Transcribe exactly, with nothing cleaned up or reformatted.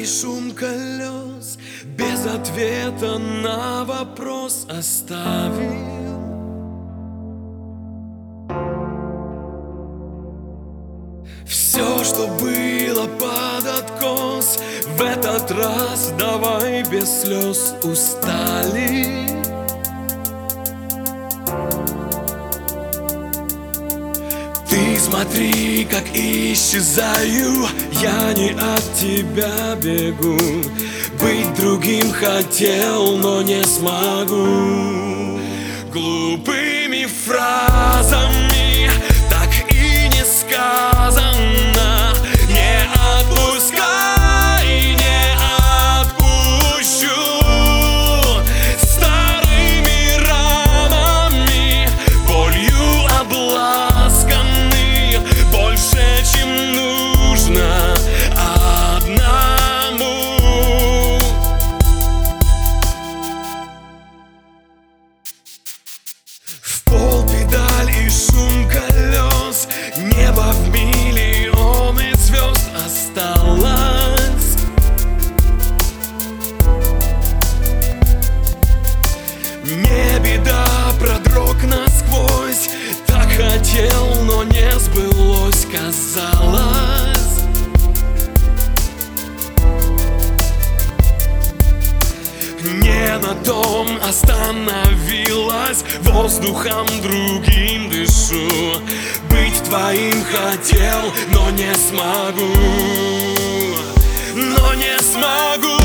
шум колес без ответа на вопрос оставил. Все, что было под откос, в этот раз давай без слез. Устали. Ты смотри, как исчезаю, я не от тебя бегу. Быть другим хотел, но не смогу. Глупыми фразами так и не сказано. Не отпускай, не отпущу. Старыми ранами, болью обласканы, больше, чем нужно одному. В пол педаль и шум колес, небо в миллионы звезд осталось. Не беда, продрог насквозь, так хотел, но не сбылось, казалось. Не на том остановилась, воздухом другим дышу. Быть твоим хотел, но не смогу, но не смогу.